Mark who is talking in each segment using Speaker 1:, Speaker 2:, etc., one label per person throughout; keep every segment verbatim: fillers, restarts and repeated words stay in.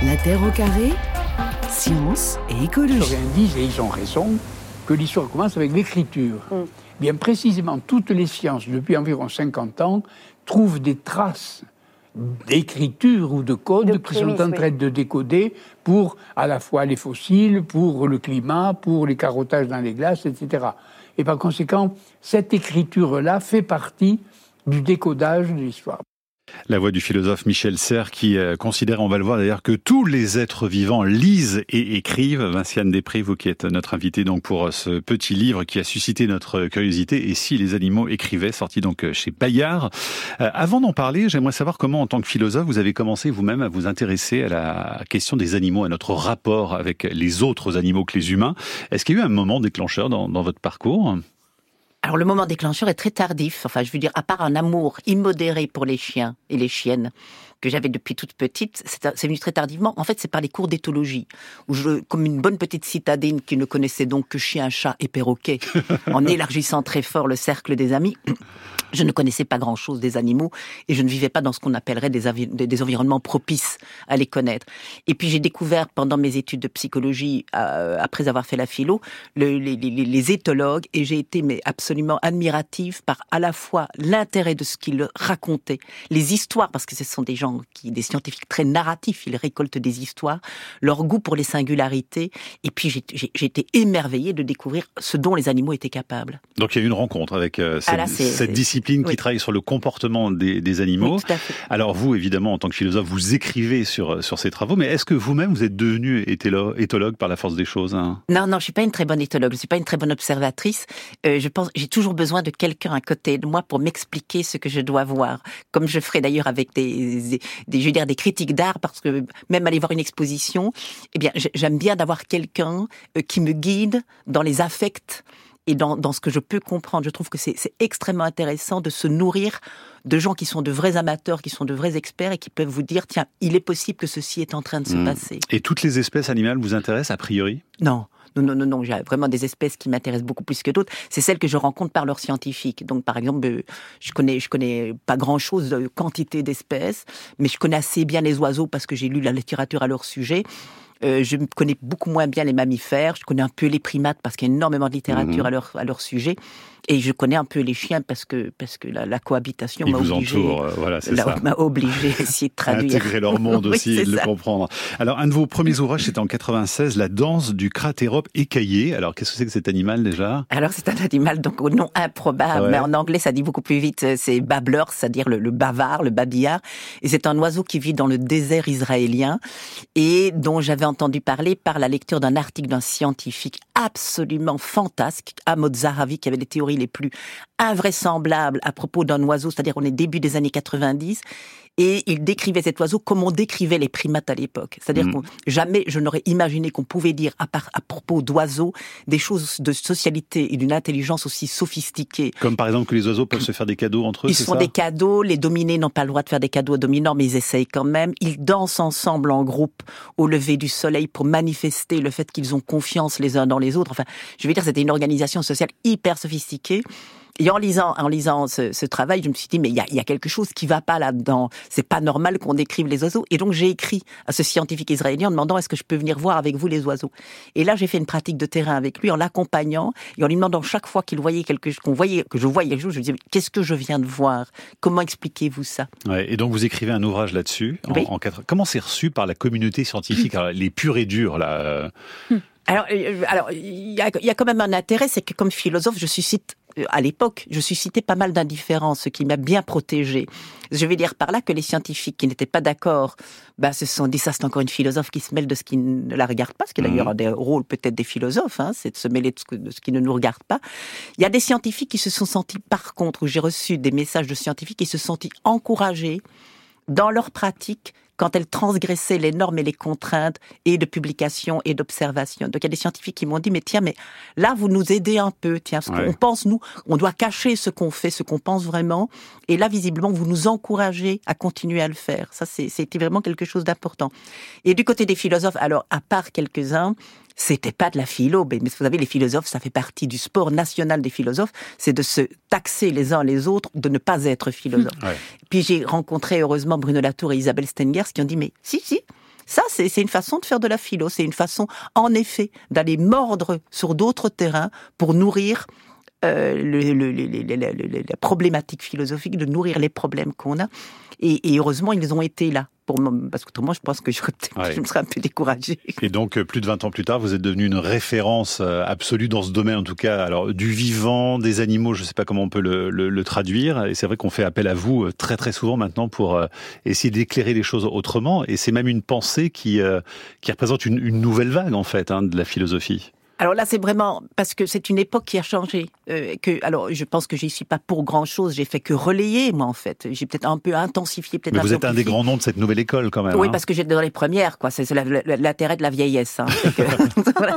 Speaker 1: La Terre au carré, science et écologie.
Speaker 2: Les historiens disent, et ils ont raison, que l'histoire commence avec l'écriture. Mm. Bien précisément, toutes les sciences, depuis environ cinquante ans, trouvent des traces d'écriture ou de code de qui sont en train oui. de décoder pour à la fois les fossiles, pour le climat, pour les carottages dans les glaces, et cetera. Et par conséquent, cette écriture-là fait partie du décodage de l'histoire.
Speaker 3: La voix du philosophe Michel Serres qui euh, considère, on va le voir d'ailleurs, que tous les êtres vivants lisent et écrivent. Vinciane Després, vous qui êtes notre invitée donc pour ce petit livre qui a suscité notre curiosité, Et si les animaux écrivaient, sorti donc chez Bayard. Euh, avant d'en parler, j'aimerais savoir comment, en tant que philosophe, vous avez commencé vous-même à vous intéresser à la question des animaux, à notre rapport avec les autres animaux que les humains. Est-ce qu'il y a eu un moment déclencheur dans, dans votre parcours ?
Speaker 4: Alors le moment déclencheur est très tardif, enfin je veux dire, à part un amour immodéré pour les chiens et les chiennes que j'avais depuis toute petite, c'est, c'est venu très tardivement. En fait, c'est par les cours d'éthologie, où je, comme une bonne petite citadine qui ne connaissait donc que chiens, chats et perroquets, en élargissant très fort le cercle des amis, je ne connaissais pas grand-chose des animaux et je ne vivais pas dans ce qu'on appellerait des, avi- des environnements propices à les connaître. Et puis j'ai découvert pendant mes études de psychologie, euh, après avoir fait la philo, le, les, les, les éthologues, et j'ai été mais absolument admirative par à la fois l'intérêt de ce qu'ils racontaient, les histoires, parce que ce sont des gens, qui, des scientifiques très narratifs, ils récoltent des histoires, leur goût pour les singularités, et puis j'ai, j'ai, j'ai été émerveillée de découvrir ce dont les animaux étaient capables.
Speaker 3: Donc il y a eu une rencontre avec euh, cette, ah là, c'est, cette c'est... discipline qui oui. travaille sur le comportement des, des animaux.
Speaker 4: Oui, tout à fait.
Speaker 3: Alors vous, évidemment, en tant que philosophe, vous écrivez sur, sur ces travaux, mais est-ce que vous-même, vous êtes devenu étholo- éthologue par la force des choses hein ?
Speaker 4: Non, non, je suis pas une très bonne éthologue, je suis pas une très bonne observatrice. Euh, je pense, j'ai toujours besoin de quelqu'un à côté de moi pour m'expliquer ce que je dois voir, comme je ferai d'ailleurs avec des, des, des je veux dire, des critiques d'art, parce que même aller voir une exposition, eh bien, j'aime bien d'avoir quelqu'un euh, qui me guide dans les affects et dans, dans ce que je peux comprendre. Je trouve que c'est, c'est extrêmement intéressant de se nourrir de gens qui sont de vrais amateurs, qui sont de vrais experts et qui peuvent vous dire, tiens, il est possible que ceci est en train de se mmh. passer.
Speaker 3: Et toutes les espèces animales vous intéressent a priori ?
Speaker 4: Non. Non, non, non, non, j'ai vraiment des espèces qui m'intéressent beaucoup plus que d'autres. C'est celles que je rencontre par leurs scientifiques. Donc, par exemple, je connais, je connais pas grand-chose de quantité d'espèces, mais je connais assez bien les oiseaux parce que j'ai lu la littérature à leur sujet. Euh, je connais beaucoup moins bien les mammifères. Je connais un peu les primates parce qu'il y a énormément de littérature mmh. à leur, à leur sujet. Et je connais un peu les chiens parce que, parce que la, la cohabitation
Speaker 3: Ils
Speaker 4: m'a
Speaker 3: vous
Speaker 4: obligé,
Speaker 3: entourent, voilà, c'est
Speaker 4: la,
Speaker 3: ça.
Speaker 4: m'a obligé à essayer de traduire.
Speaker 3: Intégrer leur monde aussi
Speaker 4: oui,
Speaker 3: et de le
Speaker 4: ça.
Speaker 3: comprendre. Alors, un de vos premiers ouvrages, c'était en quatre-vingt-seize, La danse du cratérope écaillé. Alors, qu'est-ce que c'est que cet animal déjà ?
Speaker 4: Alors, c'est un animal donc au nom improbable, ouais. mais en anglais, ça dit beaucoup plus vite. C'est babbler, c'est-à-dire le, le bavard, le babillard. Et c'est un oiseau qui vit dans le désert israélien et dont j'avais entendu parler par la lecture d'un article d'un scientifique absolument fantasque, Amos Zahavi, qui avait les théories les plus invraisemblables à propos d'un oiseau, c'est-à-dire on est début des années quatre-vingt-dix, et il décrivait cet oiseau comme on décrivait les primates à l'époque. C'est-à-dire mmh. que jamais je n'aurais imaginé qu'on pouvait dire à, part, à propos d'oiseaux des choses de socialité et d'une intelligence aussi sophistiquée.
Speaker 3: Comme par exemple que les oiseaux peuvent se faire des cadeaux entre eux,
Speaker 4: ils
Speaker 3: c'est
Speaker 4: se font
Speaker 3: ça ?
Speaker 4: des cadeaux, les dominés n'ont pas le droit de faire des cadeaux aux dominants, mais ils essayent quand même. Ils dansent ensemble en groupe au lever du soleil pour manifester le fait qu'ils ont confiance les uns dans les autres. Enfin, je veux dire, c'était une organisation sociale hyper sophistiquée. Et en lisant, en lisant ce, ce travail, je me suis dit, mais il y a, il y a quelque chose qui va pas là-dedans. C'est pas normal qu'on décrive les oiseaux. Et donc, j'ai écrit à ce scientifique israélien en demandant, est-ce que je peux venir voir avec vous les oiseaux? Et là, j'ai fait une pratique de terrain avec lui en l'accompagnant et en lui demandant chaque fois qu'il voyait quelque chose, qu'on voyait, que je voyais quelque chose, je lui disais, qu'est-ce que je viens de voir? Comment expliquez-vous ça?
Speaker 3: Ouais, et donc, vous écrivez un ouvrage là-dessus. En,
Speaker 4: oui.
Speaker 3: en quatre... Comment c'est reçu par la communauté scientifique? Alors, les purs et durs, là. Euh...
Speaker 4: Hum. Alors, euh, alors, il y a, il y a quand même un intérêt, c'est que comme philosophe, je suscite, à l'époque, je suscitais pas mal d'indifférence, ce qui m'a bien protégée. Je vais dire par là que les scientifiques qui n'étaient pas d'accord, bah, se sont dit, ça c'est encore une philosophe qui se mêle de ce qui ne la regarde pas, ce qui est d'ailleurs un des rôles peut-être des philosophes, hein, c'est de se mêler de ce, que, de ce qui ne nous regarde pas. Il y a des scientifiques qui se sont sentis, par contre, où j'ai reçu des messages de scientifiques qui se sont sentis encouragés dans leur pratique quand elles transgressaient les normes et les contraintes et de publication et d'observation. Donc il y a des scientifiques qui m'ont dit, mais tiens, mais là vous nous aidez un peu, tiens, ce ouais. qu'on pense, nous, on doit cacher ce qu'on fait, ce qu'on pense vraiment, et là visiblement vous nous encouragez à continuer à le faire. Ça c'est, c'était vraiment quelque chose d'important. Et du côté des philosophes, alors à part quelques-uns, c'était pas de la philo, mais vous savez, les philosophes, ça fait partie du sport national des philosophes, c'est de se taxer les uns les autres, de ne pas être philosophe. Ouais. Puis j'ai rencontré heureusement Bruno Latour et Isabelle Stengers qui ont dit, mais si, si, Ça, c'est, c'est une façon de faire de la philo. C'est une façon, en effet, d'aller mordre sur d'autres terrains pour nourrir euh, le, le, le, le, le, le, le, la problématique philosophique, de nourrir les problèmes qu'on a. Et, et heureusement, ils ont été là. Pour moi, parce qu'autrement, je pense que je, ouais. je me serais un peu découragée.
Speaker 3: Et donc, plus de vingt ans plus tard, vous êtes devenue une référence absolue dans ce domaine, en tout cas, alors du vivant, des animaux, je ne sais pas comment on peut le, le, le traduire. Et c'est vrai qu'on fait appel à vous très très souvent maintenant pour essayer d'éclairer les choses autrement. Et c'est même une pensée qui, qui représente une, une nouvelle vague, en fait, hein, de la philosophie.
Speaker 4: Alors là, c'est vraiment parce que c'est une époque qui a changé. Euh, que, alors, je pense que j'y suis pas pour grand-chose. J'ai fait que relayer, moi, en fait. J'ai peut-être un peu intensifié, peut-être.
Speaker 3: Mais vous êtes un des grands noms de cette nouvelle école, quand même.
Speaker 4: Oui,
Speaker 3: hein.
Speaker 4: parce que j'étais dans les premières, quoi. C'est, c'est la, la, l'intérêt de la vieillesse. Hein. Que... voilà.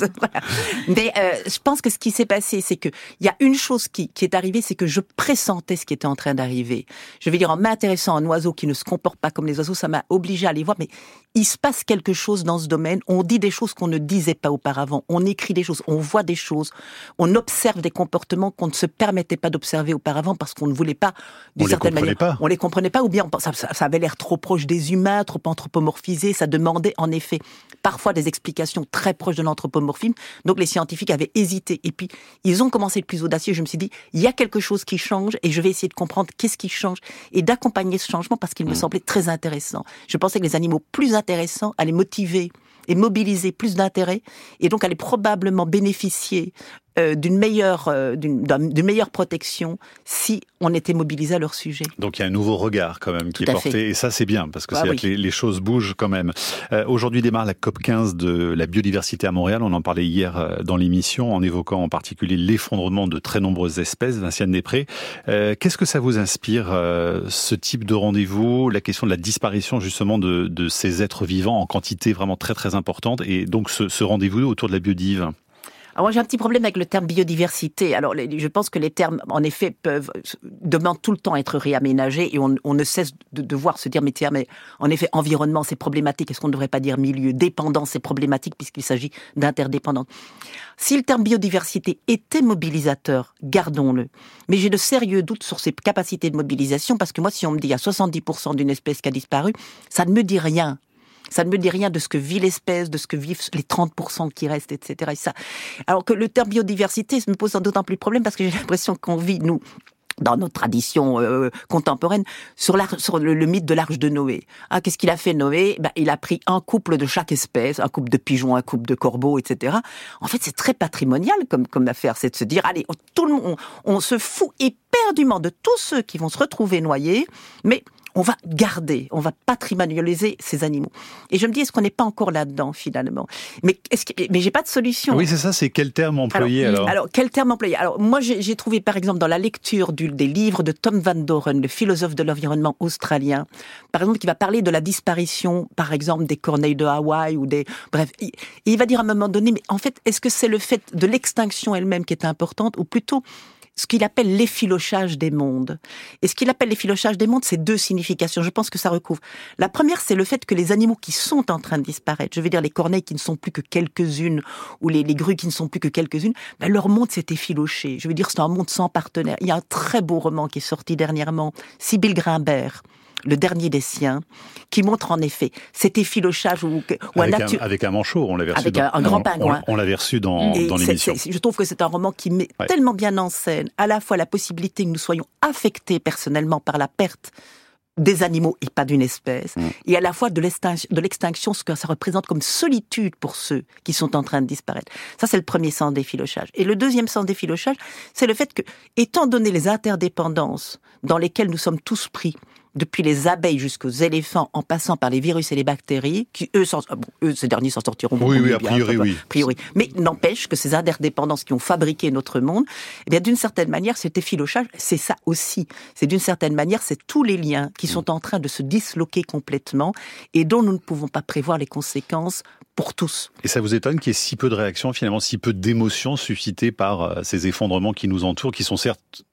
Speaker 4: Mais euh, je pense que ce qui s'est passé, c'est que il y a une chose qui, qui est arrivée, c'est que je pressentais ce qui était en train d'arriver. Je veux dire, en m'intéressant à un oiseau qui ne se comporte pas comme les oiseaux, ça m'a obligée à aller voir. Mais il se passe quelque chose dans ce domaine. On dit des choses qu'on ne disait pas auparavant. On écrit des choses, on voit des choses, on observe des comportements qu'on ne se permettait pas d'observer auparavant parce qu'on ne voulait pas, d'une
Speaker 3: on
Speaker 4: certaine
Speaker 3: les
Speaker 4: manière,
Speaker 3: pas.
Speaker 4: on les comprenait pas, ou bien ça, ça, ça avait l'air trop proche des humains, trop anthropomorphisé. Ça demandait en effet parfois des explications très proches de l'anthropomorphisme. Donc les scientifiques avaient hésité. Et puis ils ont commencé le plus audacieux. Je me suis dit, il y a quelque chose qui change et je vais essayer de comprendre qu'est-ce qui change et d'accompagner ce changement parce qu'il me mmh. semblait très intéressant. Je pensais que les animaux plus intéressants allaient motiver et mobiliser plus d'intérêt, et donc aller probablement bénéficier euh, d'une meilleure, euh, d'une, d'une meilleure protection si on était mobilisé à leur sujet.
Speaker 3: Donc il y a un nouveau regard quand même qui
Speaker 4: Tout
Speaker 3: est porté,
Speaker 4: fait.
Speaker 3: Et ça c'est bien, parce que
Speaker 4: ah,
Speaker 3: c'est
Speaker 4: oui.
Speaker 3: que les, les choses bougent quand même. Euh, aujourd'hui démarre la COP quinze de la biodiversité à Montréal, on en parlait hier dans l'émission, en évoquant en particulier l'effondrement de très nombreuses espèces. Vinciane Després, euh, qu'est-ce que ça vous inspire, euh, ce type de rendez-vous, la question de la disparition justement de, de ces êtres vivants en quantité vraiment très très importante, et donc ce, ce rendez-vous autour de la biodive?
Speaker 4: Alors moi, j'ai un petit problème avec le terme biodiversité. Alors, les, je pense que les termes, en effet, peuvent demandent tout le temps à être réaménagés et on, on ne cesse de devoir se dire, mais tiens, mais en effet, environnement, c'est problématique. Est-ce qu'on ne devrait pas dire milieu? Dépendance, c'est problématique puisqu'il s'agit d'interdépendance. Si le terme biodiversité était mobilisateur, gardons-le. Mais j'ai de sérieux doutes sur ses capacités de mobilisation parce que moi, si on me dit qu'il y a soixante-dix pour cent d'une espèce qui a disparu, ça ne me dit rien. Ça ne me dit rien de ce que vit l'espèce, de ce que vivent les trente pour cent qui restent, et cetera. Et ça. Alors que le terme biodiversité me pose d'autant plus de problème parce que j'ai l'impression qu'on vit, nous, dans notre tradition euh, contemporaine, sur, la, sur le, le mythe de l'arche de Noé. Ah, qu'est-ce qu'il a fait Noé? Ben, il a pris un couple de chaque espèce, un couple de pigeons, un couple de corbeaux, et cetera. En fait, c'est très patrimonial comme, comme affaire, c'est de se dire, allez, tout le monde, on, on se fout éperdument de tous ceux qui vont se retrouver noyés, mais on va garder, on va patrimonialiser ces animaux. Et je me dis, est-ce qu'on n'est pas encore là-dedans, finalement? Mais, est-ce que, mais j'ai pas de solution.
Speaker 3: Oui, c'est ça, c'est quel terme employer alors?
Speaker 4: Alors, alors quel terme employer? Alors, moi, j'ai, j'ai trouvé, par exemple, dans la lecture du, des livres de Tom Van Doren, le philosophe de l'environnement australien, par exemple, qui va parler de la disparition, par exemple, des corneilles de Hawaï ou des... Bref, il, il va dire à un moment donné, mais en fait, est-ce que c'est le fait de l'extinction elle-même qui est importante, ou plutôt ce qu'il appelle l'effilochage des mondes. Et ce qu'il appelle l'effilochage des mondes, c'est deux significations. Je pense que ça recouvre. La première, c'est le fait que les animaux qui sont en train de disparaître, je veux dire les corneilles qui ne sont plus que quelques-unes, ou les, les grues qui ne sont plus que quelques-unes, ben leur monde s'est effiloché. Je veux dire, c'est un monde sans partenaire. Il y a un très beau roman qui est sorti dernièrement, Sibylle Grimbert, Le dernier des siens, qui montre en effet cet effilochage où, où
Speaker 3: avec,
Speaker 4: un natu...
Speaker 3: un, avec un manchot, on l'avait reçu
Speaker 4: avec
Speaker 3: dans,
Speaker 4: un, un grand pingouin.
Speaker 3: On, on l'avait reçu dans,
Speaker 4: Et
Speaker 3: dans l'émission.
Speaker 4: C'est, c'est, je trouve que c'est un roman qui met ouais. tellement bien en scène à la fois la possibilité que nous soyons affectés personnellement par la perte des animaux et pas d'une espèce, mmh. et à la fois de l'extinction, de l'extinction, ce que ça représente comme solitude pour ceux qui sont en train de disparaître. Ça, c'est le premier sens d'effilochage. Et le deuxième sens d'effilochage, c'est le fait que, étant donné les interdépendances dans lesquelles nous sommes tous pris, depuis les abeilles jusqu'aux éléphants, en passant par les virus et les bactéries, qui eux, s'en, bon, eux ces derniers s'en sortiront beaucoup
Speaker 3: oui, oui,
Speaker 4: mieux
Speaker 3: a priori,
Speaker 4: bien,
Speaker 3: oui.
Speaker 4: A priori. Mais n'empêche que ces interdépendances qui ont fabriqué notre monde, eh bien, d'une certaine manière, cet effilochage, c'est ça aussi. C'est d'une certaine manière, c'est tous les liens qui sont en train de se disloquer complètement et dont nous ne pouvons pas prévoir les conséquences pour tous.
Speaker 3: Et ça vous étonne qu'il y ait si peu de réactions, finalement, si peu d'émotions suscitées par euh, ces effondrements qui nous entourent, qui sont certes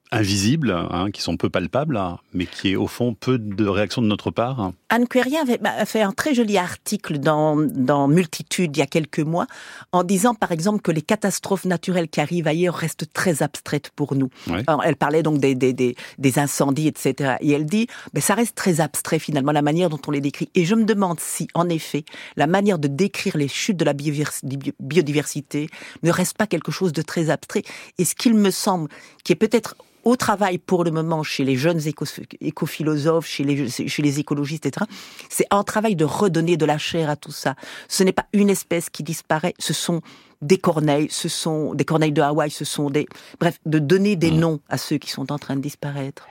Speaker 3: invisibles, hein, qui sont peu palpables, hein, mais qui est au fond peu de réaction de notre part.
Speaker 4: Anne Quérien avait bah, fait un très joli article dans, dans Multitude il y a quelques mois, en disant par exemple que les catastrophes naturelles qui arrivent ailleurs restent très abstraites pour nous. Ouais. Alors, elle parlait donc des, des, des, des incendies, et cetera. Et elle dit, ben, ça reste très abstrait finalement, la manière dont on les décrit. Et je me demande si, en effet, la manière de décrire les chutes de la biodiversité ne reste pas quelque chose de très abstrait. Et ce qu'il me semble, qui est peut-être au travail pour le moment chez les jeunes éco- éco-philosophes, chez les, chez les écologistes, et cetera, c'est un travail de redonner de la chair à tout ça. Ce n'est pas une espèce qui disparaît, ce sont des corneilles, ce sont des corneilles de Hawaï, ce sont des... Bref, de donner des noms à ceux qui sont en train de disparaître.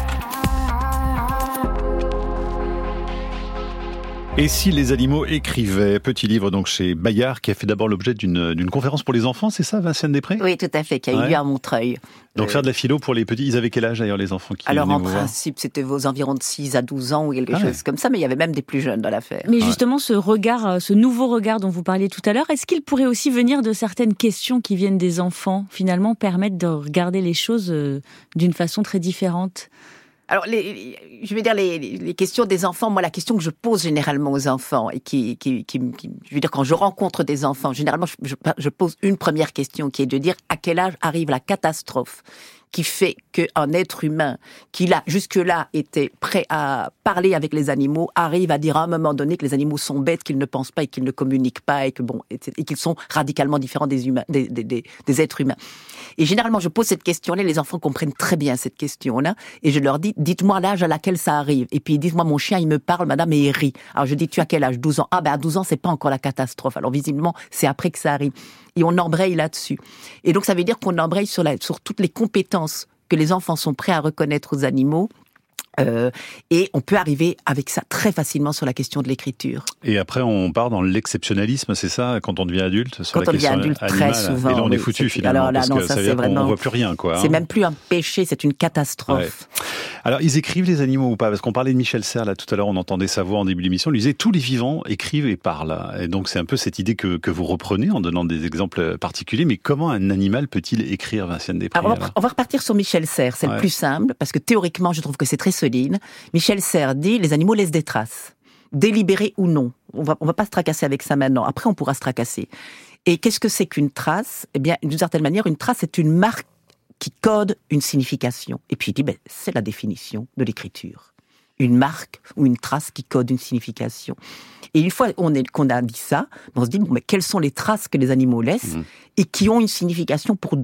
Speaker 3: Et si les animaux écrivaient, petit livre donc chez Bayard, qui a fait d'abord l'objet d'une, d'une conférence pour les enfants, c'est ça, Vinciane Després ?
Speaker 4: Oui, tout à fait, qui a eu ouais. lieu à Montreuil.
Speaker 3: Donc euh... faire de la philo pour les petits, ils avaient quel âge d'ailleurs les enfants qui
Speaker 4: Alors en
Speaker 3: vous
Speaker 4: principe, voir c'était aux environs de six à douze ans ou quelque ah, chose ouais. comme ça, mais il y avait même des plus jeunes dans l'affaire.
Speaker 5: Mais justement, ouais. ce regard, ce nouveau regard dont vous parliez tout à l'heure, est-ce qu'il pourrait aussi venir de certaines questions qui viennent des enfants, finalement permettre de regarder les choses d'une façon très différente ?
Speaker 4: Alors, les, je veux dire, les, les questions des enfants, moi, la question que je pose généralement aux enfants, et qui, qui, qui, qui je veux dire, quand je rencontre des enfants, généralement, je, je, je pose une première question, qui est de dire à quel âge arrive la catastrophe qui fait qu'un être humain, qui là, jusque-là, était prêt à parler avec les animaux, arrive à dire à un moment donné que les animaux sont bêtes, qu'ils ne pensent pas et qu'ils ne communiquent pas, et que bon, et, et qu'ils sont radicalement différents des humains, des, des, des, des êtres humains. Et généralement, je pose cette question-là, les enfants comprennent très bien cette question-là, et je leur dis, dites-moi l'âge à laquelle ça arrive. Et puis ils disent, moi, mon chien, il me parle, madame, et il rit. Alors je dis, tu as quel âge? douze ans. Ah ben, à douze ans, c'est pas encore la catastrophe. Alors visiblement, c'est après que ça arrive. Et on embraye là-dessus. Et donc, ça veut dire qu'on embraye sur, la, sur toutes les compétences que les enfants sont prêts à reconnaître aux animaux. Euh, et on peut arriver avec ça très facilement sur la question de l'écriture.
Speaker 3: Et après, on part dans l'exceptionnalisme, c'est ça, quand on devient adulte, sur
Speaker 4: quand
Speaker 3: la
Speaker 4: on
Speaker 3: question
Speaker 4: devient adulte,
Speaker 3: animale.
Speaker 4: Très souvent.
Speaker 3: Et là, on
Speaker 4: oui,
Speaker 3: est foutu
Speaker 4: c'est,
Speaker 3: finalement,
Speaker 4: alors là,
Speaker 3: parce
Speaker 4: non,
Speaker 3: que
Speaker 4: ça,
Speaker 3: ça veut
Speaker 4: c'est
Speaker 3: dire
Speaker 4: vraiment,
Speaker 3: qu'on voit plus rien, quoi.
Speaker 4: C'est
Speaker 3: hein.
Speaker 4: même plus un péché, c'est une catastrophe.
Speaker 3: Ouais. Alors, ils écrivent les animaux ou pas? Parce qu'on parlait de Michel Serres, là, tout à l'heure, on entendait sa voix en début d'émission. Il disait, tous les vivants écrivent et parlent. Et donc, c'est un peu cette idée que, que vous reprenez en donnant des exemples particuliers. Mais comment un animal peut-il écrire, Vinciane Després?
Speaker 4: Alors, on, va, on va repartir sur Michel Serres, c'est ouais. le plus simple, parce que théoriquement, je trouve que c'est très solide. Michel Serres dit, les animaux laissent des traces, délibérées ou non. On va, on va pas se tracasser avec ça maintenant. Après, on pourra se tracasser. Et qu'est-ce que c'est qu'une trace? Eh bien, d'une certaine manière, une trace, c'est une marque qui code une signification. Et puis il dit, ben, c'est la définition de l'écriture. Une marque ou une trace qui code une signification. Et une fois on est, qu'on a dit ça, on se dit, bon, mais quelles sont les traces que les animaux laissent mmh. et qui ont une signification pour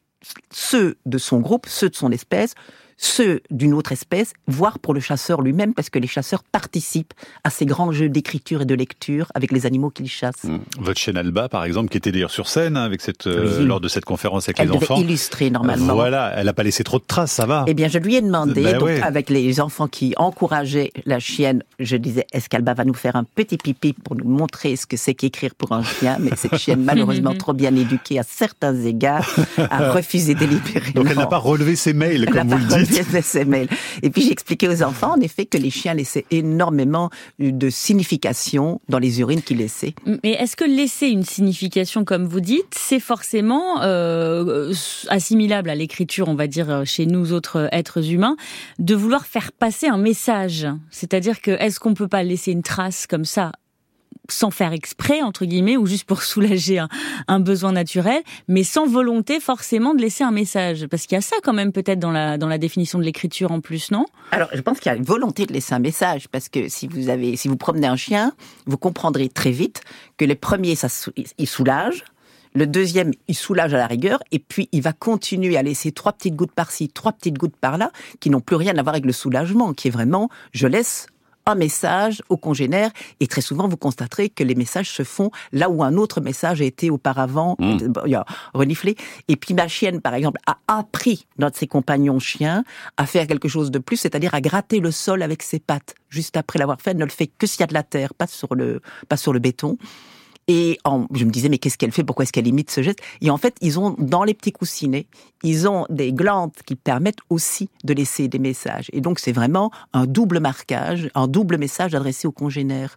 Speaker 4: ceux de son groupe, ceux de son espèce, ceux d'une autre espèce, voire pour le chasseur lui-même, parce que les chasseurs participent à ces grands jeux d'écriture et de lecture avec les animaux qu'ils chassent. Mmh.
Speaker 3: Votre chienne Alba, par exemple, qui était d'ailleurs sur scène hein, avec cette, euh, oui. lors de cette conférence avec
Speaker 4: elle
Speaker 3: les enfants.
Speaker 4: Elle devait illustrer normalement.
Speaker 3: Voilà, elle n'a pas laissé trop de traces, ça va.
Speaker 4: Eh bien, je lui ai demandé,
Speaker 3: ben
Speaker 4: donc,
Speaker 3: ouais.
Speaker 4: avec les enfants qui encourageaient la chienne, je disais, est-ce qu'Alba va nous faire un petit pipi pour nous montrer ce que c'est qu'écrire pour un chien? Mais cette chienne, malheureusement trop bien éduquée à certains égards, a refusé délibérément.
Speaker 3: Donc elle n'a pas relevé ses mails,
Speaker 4: elle
Speaker 3: comme vous le dites. Elle n'a
Speaker 4: pas relevé ses mails. Et puis j'ai expliqué aux enfants, en effet, que les chiens laissaient énormément de signification dans les urines qu'ils laissaient.
Speaker 5: Mais est-ce que laisser une signification, comme vous dites, c'est forcément euh, assimilable à l'écriture, on va dire, chez nous autres êtres humains, de vouloir faire passer un message? C'est-à-dire que est-ce qu'on peut pas laisser une trace comme ça sans faire exprès, entre guillemets, ou juste pour soulager un, un besoin naturel, mais sans volonté forcément de laisser un message. Parce qu'il y a ça quand même peut-être dans la, dans la définition de l'écriture en plus, non?
Speaker 4: Alors, je pense qu'il y a une volonté de laisser un message, parce que si vous avez, si vous promenez un chien, vous comprendrez très vite que les premiers, ça, ils soulagent. Le deuxième, il soulage à la rigueur, et puis il va continuer à laisser trois petites gouttes par-ci, trois petites gouttes par-là, qui n'ont plus rien à voir avec le soulagement, qui est vraiment, je laisse un message aux congénères, et très souvent vous constaterez que les messages se font là où un autre message a été auparavant mmh. euh, reniflé. Et puis ma chienne, par exemple, a appris notre ses compagnons chiens à faire quelque chose de plus, c'est-à-dire à gratter le sol avec ses pattes. Juste après l'avoir fait, elle ne le fait que s'il y a de la terre, pas sur le, pas sur le béton. Et en, je me disais, mais qu'est-ce qu'elle fait? Pourquoi est-ce qu'elle imite ce geste? Et en fait, ils ont, dans les petits coussinets, ils ont des glandes qui permettent aussi de laisser des messages. Et donc, c'est vraiment un double marquage, un double message adressé aux congénères.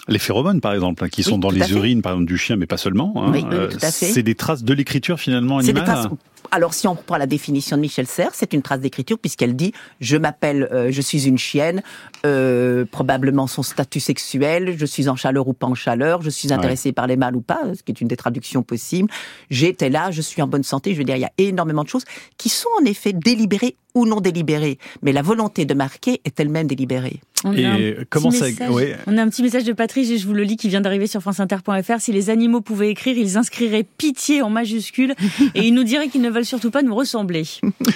Speaker 3: Les phéromones, par exemple, hein, qui sont
Speaker 4: oui,
Speaker 3: dans les
Speaker 4: fait.
Speaker 3: urines, par exemple, du chien, mais pas seulement. Hein,
Speaker 4: oui, oui, tout à fait.
Speaker 3: C'est des traces de l'écriture, finalement,
Speaker 4: C'est
Speaker 3: animale.
Speaker 4: des traces. Alors, si on prend la définition de Michel Serres, c'est une trace d'écriture puisqu'elle dit « je m'appelle, euh, je suis une chienne, euh, probablement son statut sexuel, je suis en chaleur ou pas en chaleur, je suis intéressée ouais. par les mâles ou pas, ce qui est une des traductions possibles, j'étais là, je suis en bonne santé », je veux dire, il y a énormément de choses qui sont en effet délibérées ou non délibérées, mais la volonté de marquer est elle-même délibérée.
Speaker 5: On
Speaker 3: et
Speaker 5: a
Speaker 3: comment ça
Speaker 5: ouais. On a un petit message de Patrice, et je vous le lis, qui vient d'arriver sur franceinter point f r. Si les animaux pouvaient écrire, ils inscriraient pitié en majuscule et ils nous diraient qu'ils ne veulent surtout pas nous ressembler.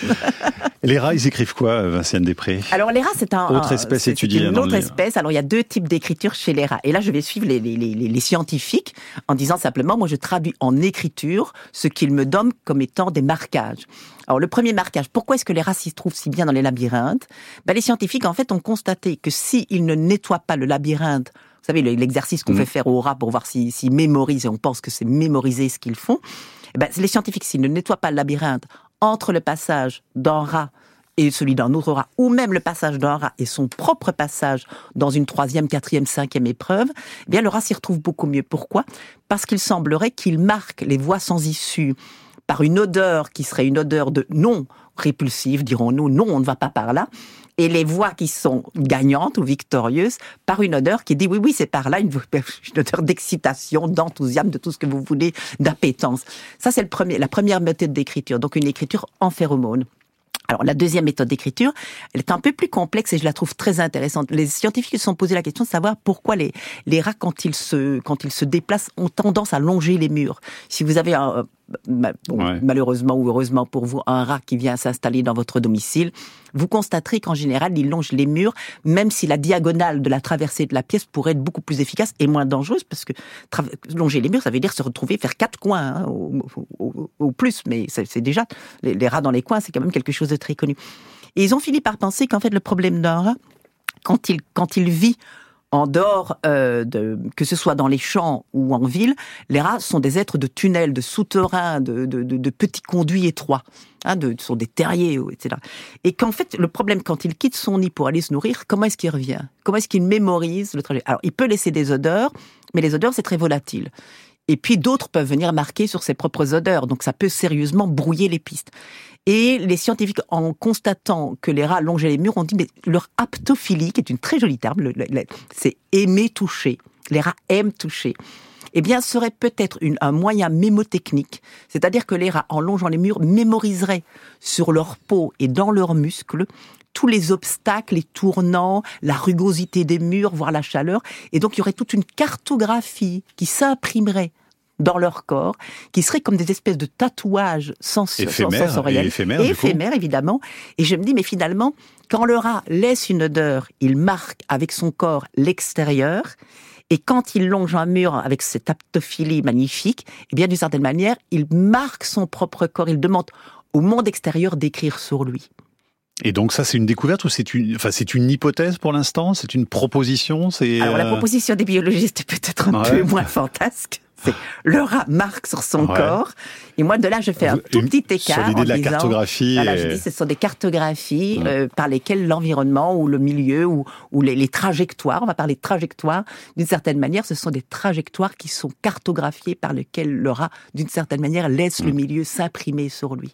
Speaker 3: Les rats, ils écrivent quoi, Vinciane Després ?
Speaker 4: Alors les rats, c'est un
Speaker 3: autre espèce
Speaker 4: c'est,
Speaker 3: étudiée.
Speaker 4: C'est une autre espèce. Alors il y a deux types d'écriture chez les rats. Et là, je vais suivre les, les, les, les scientifiques en disant simplement, moi, je traduis en écriture ce qu'ils me donnent comme étant des marquages. Alors le premier marquage, pourquoi est-ce que les rats s'y trouvent si bien dans les labyrinthes ? Ben, les scientifiques, en fait, ont constaté que s'ils ne nettoient pas le labyrinthe, vous savez, l'exercice qu'on mmh. fait faire aux rats pour voir s'ils, s'ils mémorisent, et on pense que c'est mémoriser ce qu'ils font, ben, les scientifiques, s'ils ne nettoient pas le labyrinthe entre le passage d'un rat et celui d'un autre rat, ou même le passage d'un rat et son propre passage dans une troisième, quatrième, cinquième épreuve, eh bien le rat s'y retrouve beaucoup mieux. Pourquoi ? Parce qu'il semblerait qu'il marque les voies sans issue par une odeur qui serait une odeur de non répulsive, dirons-nous, non, on ne va pas par là, et les voix qui sont gagnantes ou victorieuses par une odeur qui dit oui, oui, c'est par là, une, une odeur d'excitation, d'enthousiasme, de tout ce que vous voulez, d'appétence. Ça, c'est le premier, la première méthode d'écriture, donc une écriture en phéromones. Alors, la deuxième méthode d'écriture, elle est un peu plus complexe et je la trouve très intéressante. Les scientifiques se sont posé la question de savoir pourquoi les, les rats, quand ils se, quand ils se déplacent, ont tendance à longer les murs. Si vous avez un, bon, ouais. malheureusement ou heureusement pour vous, un rat qui vient s'installer dans votre domicile, vous constaterez qu'en général, il longe les murs, même si la diagonale de la traversée de la pièce pourrait être beaucoup plus efficace et moins dangereuse, parce que tra- longer les murs, ça veut dire se retrouver, faire quatre coins, hein, au, au, au plus, mais c'est, c'est déjà, les, les rats dans les coins, c'est quand même quelque chose de très connu. Et ils ont fini par penser qu'en fait, le problème d'un rat, quand il, quand il vit en dehors, euh, de, que ce soit dans les champs ou en ville, les rats sont des êtres de tunnels, de souterrains, de, de, de, de petits conduits étroits, hein, de, sont des terriers, et cetera. Et qu'en fait, le problème, quand il quitte son nid pour aller se nourrir, comment est-ce qu'il revient ? Comment est-ce qu'il mémorise le trajet ? Alors, il peut laisser des odeurs, mais les odeurs, c'est très volatile. Et puis, d'autres peuvent venir marquer sur ses propres odeurs, donc ça peut sérieusement brouiller les pistes. Et les scientifiques, en constatant que les rats longeaient les murs, ont dit mais leur aptophilie, qui est une très jolie terme, le, le, le, c'est aimer toucher. Les rats aiment toucher. Eh bien, serait peut-être une, un moyen mémotechnique, c'est-à-dire que les rats, en longeant les murs, mémoriseraient sur leur peau et dans leurs muscles tous les obstacles, les tournants, la rugosité des murs, voire la chaleur. Et donc, il y aurait toute une cartographie qui s'imprimerait dans leur corps, qui seraient comme des espèces de tatouages sens-
Speaker 3: éphémères,
Speaker 4: sensoriels.
Speaker 3: Et éphémères,
Speaker 4: et éphémères, évidemment. Et je me dis, mais finalement, quand le rat laisse une odeur, il marque avec son corps l'extérieur. Et quand il longe un mur avec cette aptophilie magnifique, eh bien, d'une certaine manière, il marque son propre corps. Il demande au monde extérieur d'écrire sur lui.
Speaker 3: Et donc ça, c'est une découverte ou c'est une, enfin, c'est une hypothèse pour l'instant ? C'est une proposition ? C'est
Speaker 4: Alors,
Speaker 3: euh...
Speaker 4: la proposition des biologistes est peut-être un ouais. peu moins fantasque. C'est le rat marque sur son ouais. corps. Et moi, de là, je fais un tout petit écart.
Speaker 3: Sur l'idée
Speaker 4: en
Speaker 3: de la
Speaker 4: disant,
Speaker 3: cartographie.
Speaker 4: Voilà,
Speaker 3: et...
Speaker 4: je dis, ce sont des cartographies
Speaker 3: ouais.
Speaker 4: euh, par lesquelles l'environnement ou le milieu ou, ou les, les trajectoires, on va parler de trajectoires, d'une certaine manière, ce sont des trajectoires qui sont cartographiées par lesquelles le rat, d'une certaine manière, laisse ouais. le milieu s'imprimer sur lui.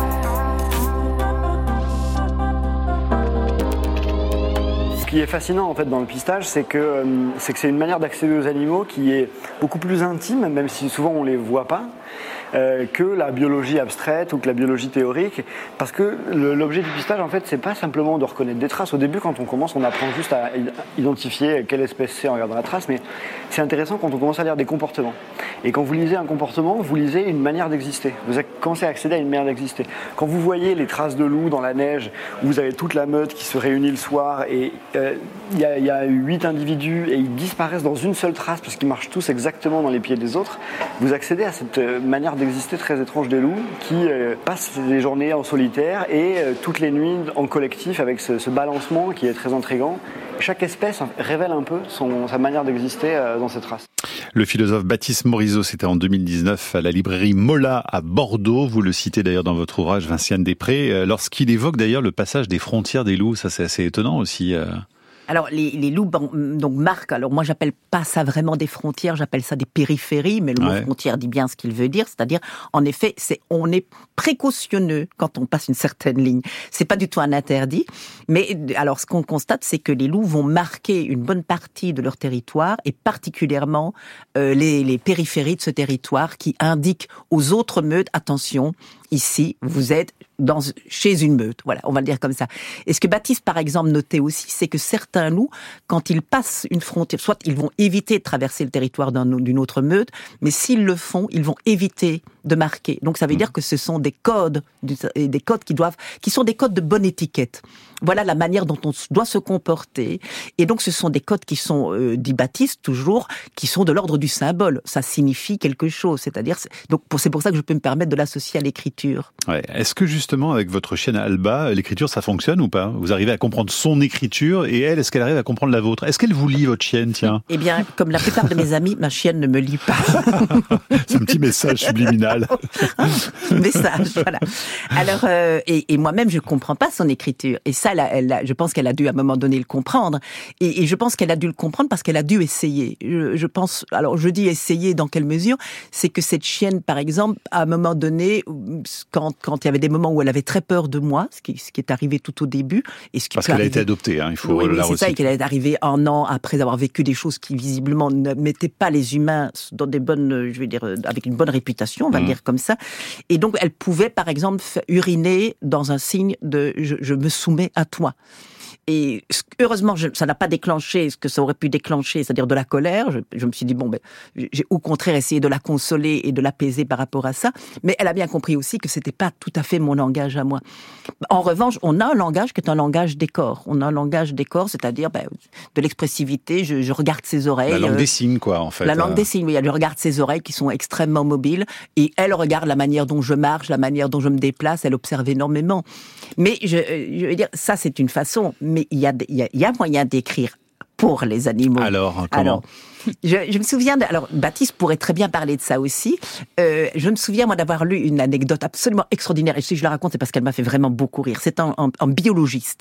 Speaker 6: Ce qui est fascinant en fait dans le pistage, c'est que, euh, c'est que c'est une manière d'accéder aux animaux qui est beaucoup plus intime, même si souvent on ne les voit pas, euh, que la biologie abstraite ou que la biologie théorique. Parce que le, l'objet du pistage, en fait, c'est pas simplement de reconnaître des traces. Au début, quand on commence, on apprend juste à identifier quelle espèce c'est en regardant la trace, mais c'est intéressant quand on commence à lire des comportements. Et quand vous lisez un comportement, vous lisez une manière d'exister. Vous commencez à accéder à une manière d'exister. Quand vous voyez les traces de loups dans la neige, où vous avez toute la meute qui se réunit le soir et il euh, y, y a huit individus et ils disparaissent dans une seule trace parce qu'ils marchent tous exactement dans les pieds des autres, vous accédez à cette manière d'exister très étrange des loups qui euh, passent les journées en solitaire et euh, toutes les nuits en collectif avec ce, ce balancement qui est très intriguant. Chaque espèce révèle un peu son, sa manière d'exister euh, dans cette race.
Speaker 3: Le philosophe Baptiste Morisot, c'était en deux mille dix-neuf à la librairie Mola à Bordeaux. Vous le citez d'ailleurs dans votre ouvrage, Vinciane Després, lorsqu'il évoque d'ailleurs le passage des frontières des loups. Ça, c'est assez étonnant aussi.
Speaker 4: Alors les, les loups bon, donc marquent, alors moi j'appelle pas ça vraiment des frontières, j'appelle ça des périphéries, mais le mot
Speaker 3: ouais.
Speaker 4: frontière dit bien ce qu'il veut dire, c'est-à-dire en effet c'est on est précautionneux quand on passe une certaine ligne. C'est pas du tout un interdit, mais alors ce qu'on constate c'est que les loups vont marquer une bonne partie de leur territoire et particulièrement euh, les, les périphéries de ce territoire qui indiquent aux autres meutes attention. Ici, vous êtes dans, chez une meute. Voilà, on va le dire comme ça. Et ce que Baptiste, par exemple, notait aussi, c'est que certains loups, quand ils passent une frontière, soit ils vont éviter de traverser le territoire d'un, d'une autre meute, mais s'ils le font, ils vont éviter de marquer. Donc ça veut dire que ce sont des codes, des codes qui doivent, qui sont des codes de bonne étiquette. Voilà la manière dont on doit se comporter. Et donc ce sont des codes qui sont, euh, dit Baptiste toujours, qui sont de l'ordre du symbole. Ça signifie quelque chose. C'est-à-dire, c'est, donc c'est pour ça que je peux me permettre de l'associer à l'écriture.
Speaker 3: Ouais. Est-ce que justement avec votre chienne Alba, l'écriture ça fonctionne ou pas ? Vous arrivez à comprendre son écriture et elle, est-ce qu'elle arrive à comprendre la vôtre ? Est-ce qu'elle vous lit votre chienne, tiens ?
Speaker 4: Eh bien, comme la plupart de mes amis, ma chienne ne me lit pas.
Speaker 3: C'est un petit message subliminal.
Speaker 4: Message, voilà. Alors, euh, et, et moi-même, je comprends pas son écriture. Et ça, elle a, elle a, je pense qu'elle a dû à un moment donné le comprendre. Et, et je pense qu'elle a dû le comprendre parce qu'elle a dû essayer. Je, je pense, alors je dis essayer dans quelle mesure ? C'est que cette chienne, par exemple, à un moment donné, quand, quand il y avait des moments où elle avait très peur de moi, ce qui, ce qui est arrivé tout au début, et ce qui
Speaker 3: parce qu'elle
Speaker 4: arriver...
Speaker 3: a été adoptée, hein, il faut
Speaker 4: oui,
Speaker 3: la
Speaker 4: c'est ça, et qu'elle est arrivée un an après avoir vécu des choses qui visiblement ne mettaient pas les humains dans des bonnes, je vais dire, avec une bonne réputation, on va mmh. le dire comme ça. Et donc, elle pouvait, par exemple, uriner dans un signe de je, je me soumets à toi. Et heureusement, je, ça n'a pas déclenché ce que ça aurait pu déclencher, c'est-à-dire de la colère. Je, je me suis dit, bon, ben, j'ai au contraire essayé de la consoler et de l'apaiser par rapport à ça. Mais elle a bien compris aussi que c'était pas tout à fait mon langage à moi. En revanche, on a un langage qui est un langage des corps. On a un langage des corps, c'est-à-dire ben, de l'expressivité. Je, je regarde ses oreilles.
Speaker 3: La langue
Speaker 4: euh,
Speaker 3: des signes, quoi, en fait.
Speaker 4: La langue
Speaker 3: euh...
Speaker 4: des signes, oui. Elle regarde ses oreilles qui sont extrêmement mobiles. Et elle regarde la manière dont je marche, la manière dont je me déplace. Elle observe énormément. Mais je, je veux dire, ça, c'est une façon. Mais il y a, il y a, il y a moyen d'écrire pour les animaux.
Speaker 3: Alors, comment
Speaker 4: alors, je, je me souviens, de, alors Baptiste pourrait très bien parler de ça aussi. Euh, je me souviens, moi, d'avoir lu une anecdote absolument extraordinaire. Et si je la raconte, c'est parce qu'elle m'a fait vraiment beaucoup rire. C'est un, un, un biologiste,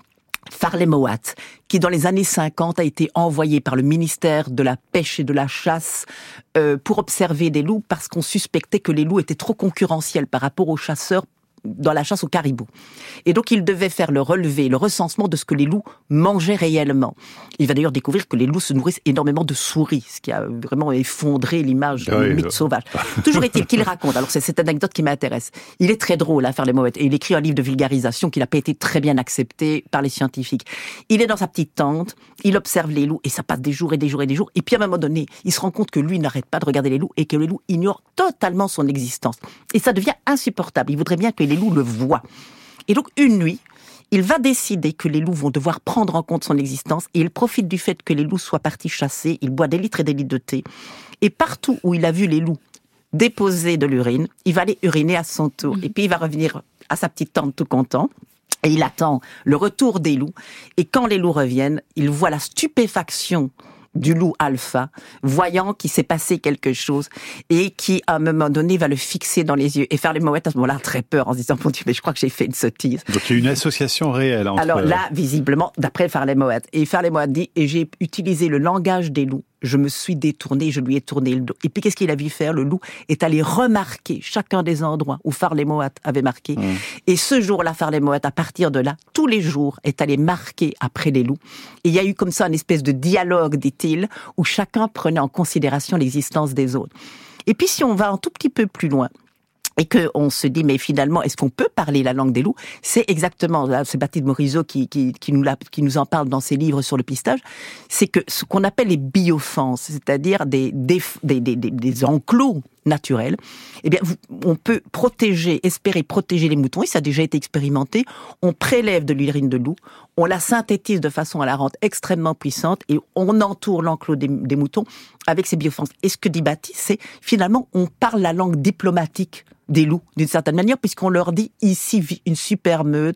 Speaker 4: Farley Mowat, qui dans les années cinquante a été envoyé par le ministère de la Pêche et de la Chasse euh, pour observer des loups parce qu'on suspectait que les loups étaient trop concurrentiels par rapport aux chasseurs dans la chasse au caribou. Et donc, il devait faire le relevé, le recensement de ce que les loups mangeaient réellement. Il va d'ailleurs découvrir que les loups se nourrissent énormément de souris, ce qui a vraiment effondré l'image du
Speaker 3: oui,
Speaker 4: mythe sauvage. Toujours est-il qu'il raconte, alors c'est cette anecdote qui m'intéresse. Il est très drôle à faire les mouettes, et il écrit un livre de vulgarisation qui n'a pas été très bien accepté par les scientifiques. Il est dans sa petite tente, il observe les loups, et ça passe des jours et des jours et des jours, et puis à un moment donné, il se rend compte que lui n'arrête pas de regarder les loups, et que les loups ignorent totalement son existence. Et ça devient insupportable. Il voudrait bien que les loups le voient. Et donc, une nuit, il va décider que les loups vont devoir prendre en compte son existence et il profite du fait que les loups soient partis chasser. Il boit des litres et des litres de thé. Et partout où il a vu les loups déposer de l'urine, il va aller uriner à son tour. Et puis, il va revenir à sa petite tente tout content. Et il attend le retour des loups. Et quand les loups reviennent, il voit la stupéfaction du loup alpha, voyant qu'il s'est passé quelque chose et qui, à un moment donné, va le fixer dans les yeux et faire les mouettes à ce moment-là très peur en se disant, mon Dieu, mais je crois que j'ai fait une sottise.
Speaker 3: Donc il y a une association réelle entre...
Speaker 4: Alors là, visiblement, d'après Farley Mowat, et Farley Mowat dit, et j'ai utilisé le langage des loups, je me suis détourné, je lui ai tourné le dos. Et puis qu'est-ce qu'il a vu faire ? Le loup est allé remarquer chacun des endroits où Farley Mowat avait marqué. Mmh. Et ce jour-là, Farley Mowat, à partir de là, tous les jours, est allé marquer après les loups. Et il y a eu comme ça une espèce de dialogue, dit-il, où chacun prenait en considération l'existence des autres. Et puis si on va un tout petit peu plus loin, et qu'on se dit, mais finalement, est-ce qu'on peut parler la langue des loups ? C'est exactement, là, c'est Baptiste Morisot qui, qui, qui, nous l'a, qui nous en parle dans ses livres sur le pistage, c'est que ce qu'on appelle les biophenses, c'est-à-dire des, des, des, des, des enclos naturels, eh bien, on peut protéger, espérer protéger les moutons, et ça a déjà été expérimenté. On prélève de l'urine de loup, on la synthétise de façon à la rendre extrêmement puissante, et on entoure l'enclos des, des moutons avec ces biophenses. Et ce que dit Baptiste, c'est, finalement, on parle la langue diplomatique des loups, d'une certaine manière, puisqu'on leur dit, ici vit une super meute,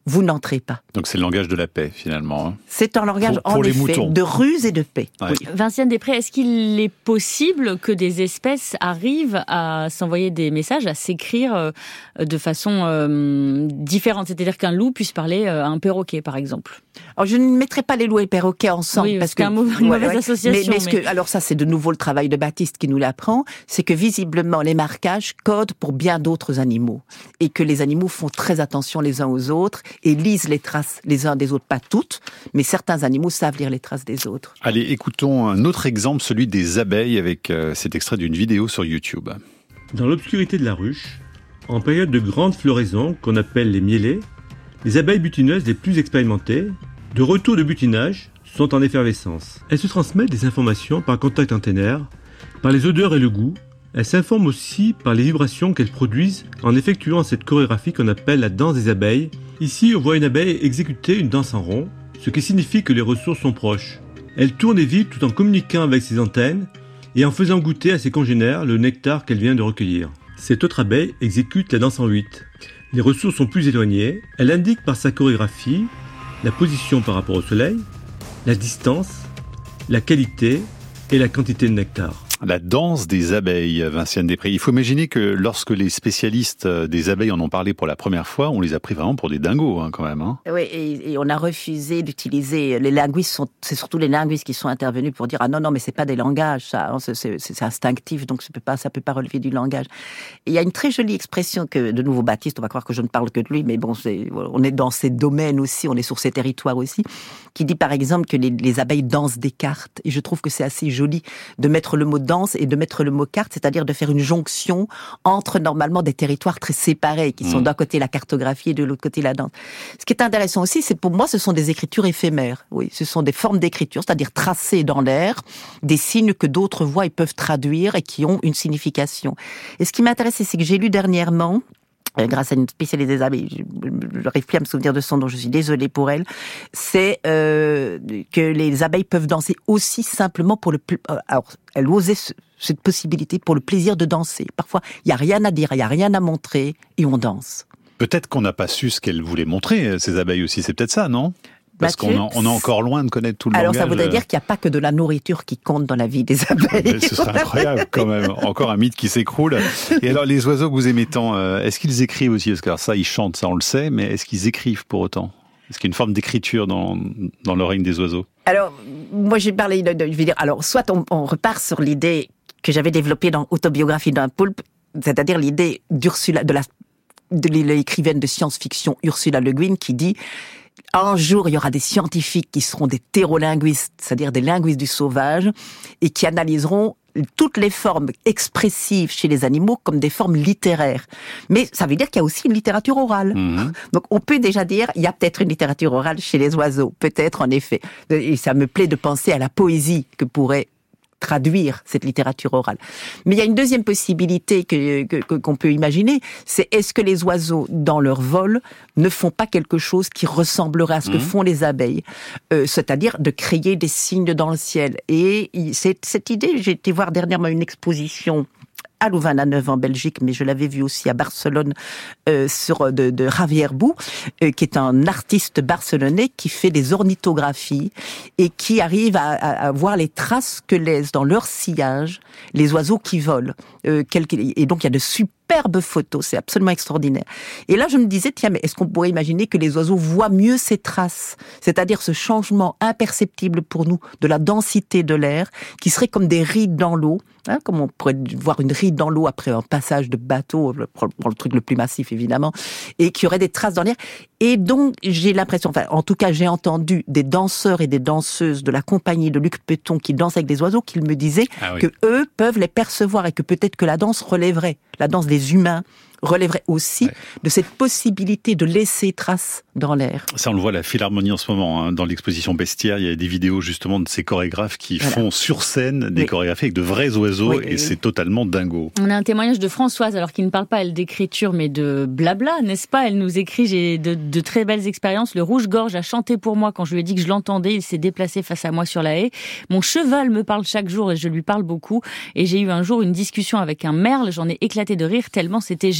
Speaker 4: vous n'entrez pas.
Speaker 3: Donc c'est le langage de la paix, finalement. Hein.
Speaker 4: C'est un langage,
Speaker 3: pour, pour
Speaker 4: en
Speaker 3: les
Speaker 4: effet,
Speaker 3: moutons.
Speaker 4: de ruse et de paix.
Speaker 3: Ouais.
Speaker 4: Oui.
Speaker 5: Vinciane Després, est-ce qu'il est possible que des espèces arrivent à s'envoyer des messages, à s'écrire euh, de façon euh, différente ? C'est-à-dire qu'un loup puisse parler à un perroquet, par exemple ?
Speaker 4: Alors, je ne mettrai pas les loups et les perroquets ensemble.
Speaker 5: Oui,
Speaker 4: parce
Speaker 5: c'est
Speaker 4: que,
Speaker 5: un mot, une
Speaker 4: ouais,
Speaker 5: mauvaise
Speaker 4: ouais.
Speaker 5: association.
Speaker 4: Mais, mais, ce
Speaker 5: mais...
Speaker 4: Que, alors ça, c'est de nouveau le travail de Baptiste qui nous l'apprend, c'est que visiblement, les marquages codent pour bien d'autres animaux. Et que les animaux font très attention les uns aux autres et lisent les traces les uns des autres. Pas toutes, mais certains animaux savent lire les traces des autres.
Speaker 3: Allez, écoutons un autre exemple, celui des abeilles, avec euh, cet extrait d'une vidéo sur YouTube.
Speaker 7: Dans l'obscurité de la ruche, en période de grande floraison qu'on appelle les miellées, les abeilles butineuses les plus expérimentées, de retour de butinage, sont en effervescence. Elles se transmettent des informations par contact antennaire, par les odeurs et le goût. Elles s'informent aussi par les vibrations qu'elles produisent en effectuant cette chorégraphie qu'on appelle la danse des abeilles. Ici, on voit une abeille exécuter une danse en rond, ce qui signifie que les ressources sont proches. Elle tourne et vibre tout en communiquant avec ses antennes et en faisant goûter à ses congénères le nectar qu'elle vient de recueillir. Cette autre abeille exécute la danse en huit. Les ressources sont plus éloignées. Elle indique par sa chorégraphie la position par rapport au soleil, la distance, la qualité et la quantité de nectar.
Speaker 3: La danse des abeilles, Vinciane Després. Il faut imaginer que lorsque les spécialistes des abeilles en ont parlé pour la première fois, on les a pris vraiment pour des dingos, hein, quand même. Hein.
Speaker 4: Oui, et, et on a refusé d'utiliser. Les linguistes sont, c'est surtout les linguistes qui sont intervenus pour dire ah non non mais c'est pas des langages, ça, c'est, c'est, c'est instinctif, donc ça peut pas, ça peut pas relever du langage. Et il y a une très jolie expression que de nouveau Baptiste, on va croire que je ne parle que de lui, mais bon, c'est, on est dans ces domaines aussi, on est sur ces territoires aussi, qui dit par exemple que les, les abeilles dansent des cartes. Et je trouve que c'est assez joli de mettre le mot danse et de mettre le mot carte, c'est-à-dire de faire une jonction entre normalement des territoires très séparés, qui sont mmh. d'un côté la cartographie et de l'autre côté la danse. Ce qui est intéressant aussi, c'est pour moi, ce sont des écritures éphémères. Oui, ce sont des formes d'écriture, c'est-à-dire tracées dans l'air, des signes que d'autres voient et peuvent traduire et qui ont une signification. Et ce qui m'intéresse, c'est que j'ai lu dernièrement, grâce à une spécialiste des abeilles, je n'arrive plus à me souvenir de son nom, je suis désolée pour elle, c'est euh, que les abeilles peuvent danser aussi simplement pour le... Alors, elle osait ce, cette possibilité pour le plaisir de danser. Parfois, il n'y a rien à dire, il n'y a rien à montrer, et on danse.
Speaker 3: Peut-être qu'on n'a pas su ce qu'elles voulaient montrer, ces abeilles aussi, c'est peut-être ça, non ? Parce
Speaker 4: Mathieu,
Speaker 3: qu'on on est encore loin de connaître tout le
Speaker 4: alors
Speaker 3: langage.
Speaker 4: Alors ça voudrait dire qu'il n'y a pas que de la nourriture qui compte dans la vie des abeilles.
Speaker 3: Mais ce serait incroyable quand même. Encore un mythe qui s'écroule. Et alors les oiseaux que vous aimez tant, est-ce qu'ils écrivent aussi ? Parce que alors ça, ils chantent, ça on le sait, mais est-ce qu'ils écrivent pour autant ? Est-ce qu'il y a une forme d'écriture dans, dans le règne des oiseaux ? Alors,
Speaker 4: moi j'ai parlé, de, de, je veux dire, alors soit on, on repart sur l'idée que j'avais développée dans Autobiographie d'un poulpe, c'est-à-dire l'idée d'Ursula, de la, de l'écrivaine de science-fiction Ursula Le Guin qui dit un jour, il y aura des scientifiques qui seront des thérolinguistes, c'est-à-dire des linguistes du sauvage, et qui analyseront toutes les formes expressives chez les animaux comme des formes littéraires. Mais ça veut dire qu'il y a aussi une littérature orale. Mmh. Donc on peut déjà dire, il y a peut-être une littérature orale chez les oiseaux, peut-être en effet. Et ça me plaît de penser à la poésie que pourrait traduire cette littérature orale. Mais il y a une deuxième possibilité que, que, qu'on peut imaginer, c'est est-ce que les oiseaux, dans leur vol, ne font pas quelque chose qui ressemblerait à ce mmh. que font les abeilles, euh, c'est-à-dire de créer des signes dans le ciel. Et c'est, cette idée, j'ai été voir dernièrement une exposition à Louvain-la-Neuve en Belgique, mais je l'avais vu aussi à Barcelone euh, sur de, de Javier Bou, euh, qui est un artiste barcelonais qui fait des ornithographies et qui arrive à, à, à voir les traces que laissent dans leur sillage les oiseaux qui volent. Euh, quelque, et donc il y a de superbes photos, c'est absolument extraordinaire. Et là je me disais, tiens, mais est-ce qu'on pourrait imaginer que les oiseaux voient mieux ces traces, c'est-à-dire ce changement imperceptible pour nous de la densité de l'air, qui serait comme des rides dans l'eau, hein, comme on pourrait voir une ride dans l'eau après un passage de bateau, pour le truc le plus massif évidemment, et qui aurait des traces dans l'air. Et donc j'ai l'impression, enfin en tout cas j'ai entendu des danseurs et des danseuses de la compagnie de Luc Peton qui dansent avec des oiseaux, qui me disaient ah oui. que eux peuvent les percevoir et que peut-être que la danse relèverait, la danse des humains relèverait aussi ouais. de cette possibilité de laisser trace dans l'air.
Speaker 3: Ça, on le voit à la Philharmonie en ce moment, hein. Dans l'exposition Bestiaire, il y a des vidéos justement de ces chorégraphes qui voilà. font sur scène des oui. chorégraphies avec de vrais oiseaux oui, et oui. c'est totalement dingo.
Speaker 5: On a un témoignage de Françoise, alors qu'il ne parle pas, elle, d'écriture, mais de blabla, n'est-ce pas ? Elle nous écrit, j'ai de, de très belles expériences. Le rouge-gorge a chanté pour moi quand je lui ai dit que je l'entendais. Il s'est déplacé face à moi sur la haie. Mon cheval me parle chaque jour et je lui parle beaucoup. Et j'ai eu un jour une discussion avec un merle. J'en ai éclaté de rire tellement c'était génial.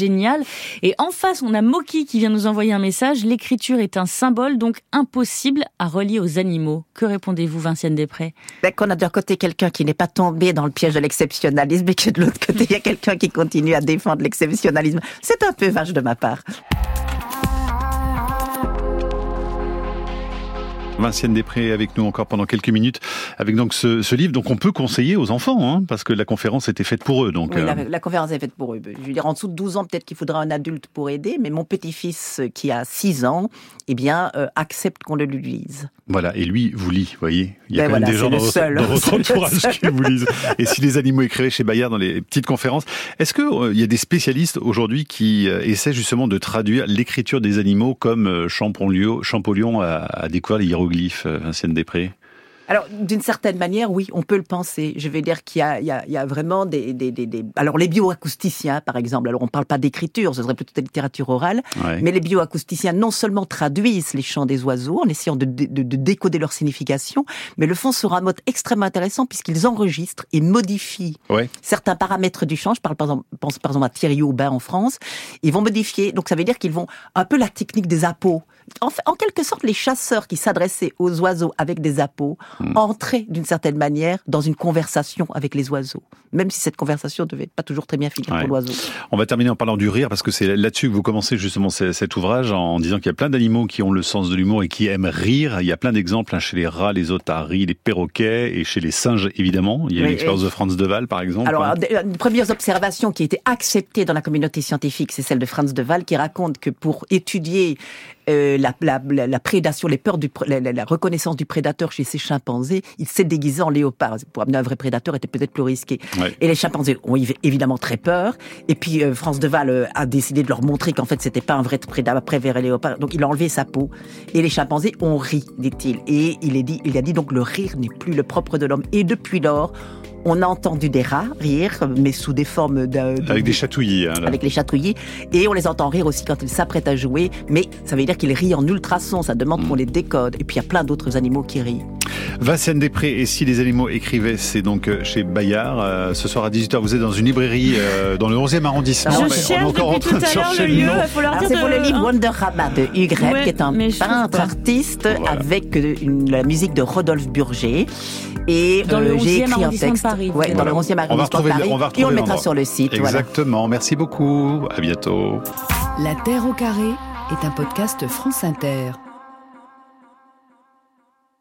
Speaker 5: génial. Et en face, on a Moki qui vient nous envoyer un message. L'écriture est un symbole, donc impossible à relier aux animaux. Que répondez-vous, Vinciane Després?
Speaker 4: Ben, qu'on a d'un côté quelqu'un qui n'est pas tombé dans le piège de l'exceptionnalisme et que de l'autre côté, il y a quelqu'un qui continue à défendre l'exceptionnalisme. C'est un peu vache de ma part.
Speaker 3: Vinciane Després avec nous encore pendant quelques minutes avec donc ce, ce livre, donc on peut conseiller aux enfants, hein, parce que la conférence était faite pour eux. Donc,
Speaker 4: oui,
Speaker 3: euh...
Speaker 4: la, la conférence est faite pour eux. Je veux dire, en dessous de douze ans, peut-être qu'il faudra un adulte pour aider, mais mon petit-fils qui a six ans, eh bien, euh, accepte qu'on le lui lise.
Speaker 3: Voilà, et lui vous lit, vous voyez. Il y a
Speaker 4: ben
Speaker 3: quand
Speaker 4: voilà,
Speaker 3: même des gens dans,
Speaker 4: seul,
Speaker 3: votre, dans votre entourage qui vous lisent. Et si les animaux écrivaient chez Bayard dans les petites conférences, est-ce qu'il euh, y a des spécialistes aujourd'hui qui euh, essaient justement de traduire l'écriture des animaux comme euh, Champollion, Champollion a, a découvert les hiéroglyphes, euh, Vinciane Després?
Speaker 4: Alors, d'une certaine manière, oui, on peut le penser. Je vais dire qu'il y a, il y a, il y a vraiment des, des, des, des... Alors, les bioacousticiens, par exemple, alors on ne parle pas d'écriture, ce serait plutôt de littérature orale, ouais. Mais les bioacousticiens non seulement traduisent les chants des oiseaux en essayant de, de, de décoder leur signification, mais le font sur un mode extrêmement intéressant puisqu'ils enregistrent et modifient ouais. certains paramètres du chant. Je parle par exemple, pense par exemple à Thierry Aubin en France. Ils vont modifier, donc ça veut dire qu'ils vont un peu la technique des appos. En, fait, en quelque sorte, les chasseurs qui s'adressaient aux oiseaux avec des appos mmh. entraient d'une certaine manière dans une conversation avec les oiseaux, même si cette conversation ne devait pas toujours très bien finir ouais. pour l'oiseau.
Speaker 3: On va terminer en parlant du rire, parce que c'est là-dessus que vous commencez justement cet ouvrage, en disant qu'il y a plein d'animaux qui ont le sens de l'humour et qui aiment rire. Il y a plein d'exemples hein, chez les rats, les otaries, les perroquets, et chez les singes, évidemment. Il y a oui, l'expérience et... de Franz de Waal, par exemple.
Speaker 4: Alors,
Speaker 3: hein.
Speaker 4: une première observation qui a été acceptée dans la communauté scientifique, c'est celle de Franz de Waal, qui raconte que pour étudier Euh, la, la, la, la prédation, les peurs du, la, la, la reconnaissance du prédateur chez ces chimpanzés, il s'est déguisé en léopard. Pour amener un vrai prédateur était peut-être plus risqué. Ouais. Et les chimpanzés ont évidemment très peur. Et puis euh, Franz de Waal euh, a décidé de leur montrer qu'en fait c'était pas un vrai prédateur, préféré léopard. Donc il a enlevé sa peau. Et les chimpanzés ont ri, dit-il. Et il a dit, il a dit donc le rire n'est plus le propre de l'homme. Et depuis lors, on a entendu des rats rire, mais sous des formes de... de
Speaker 3: avec des chatouillis. Hein,
Speaker 4: avec les chatouillis. Et on les entend rire aussi quand ils s'apprêtent à jouer. Mais ça veut dire qu'ils rient en ultrasons. Ça demande mmh. qu'on les décode. Et puis il y a plein d'autres animaux qui rient.
Speaker 3: Vinciane Després, et si les animaux écrivaient, c'est donc chez Bayard. Euh, ce soir à dix-huit heures, vous êtes dans une librairie euh, dans le onzième arrondissement.
Speaker 5: Je cherche on est encore depuis en train tout à l'heure le lieu. Le faut leur dire
Speaker 4: c'est
Speaker 5: de...
Speaker 4: pour le livre Wonderama de Hugues Rep, ouais, qui est un peintre artiste voilà. avec une, la musique de Rodolphe Burger. Et
Speaker 5: dans
Speaker 4: euh,
Speaker 5: le
Speaker 4: j'ai écrit un
Speaker 5: texte.
Speaker 4: Paris, ouais, dans le onzième arrondissement de Paris.
Speaker 3: On va
Speaker 4: et on le mettra
Speaker 3: l'endroit.
Speaker 4: sur le site.
Speaker 3: Exactement.
Speaker 4: Voilà.
Speaker 3: Merci beaucoup. À bientôt.
Speaker 1: La Terre au carré est un podcast France Inter.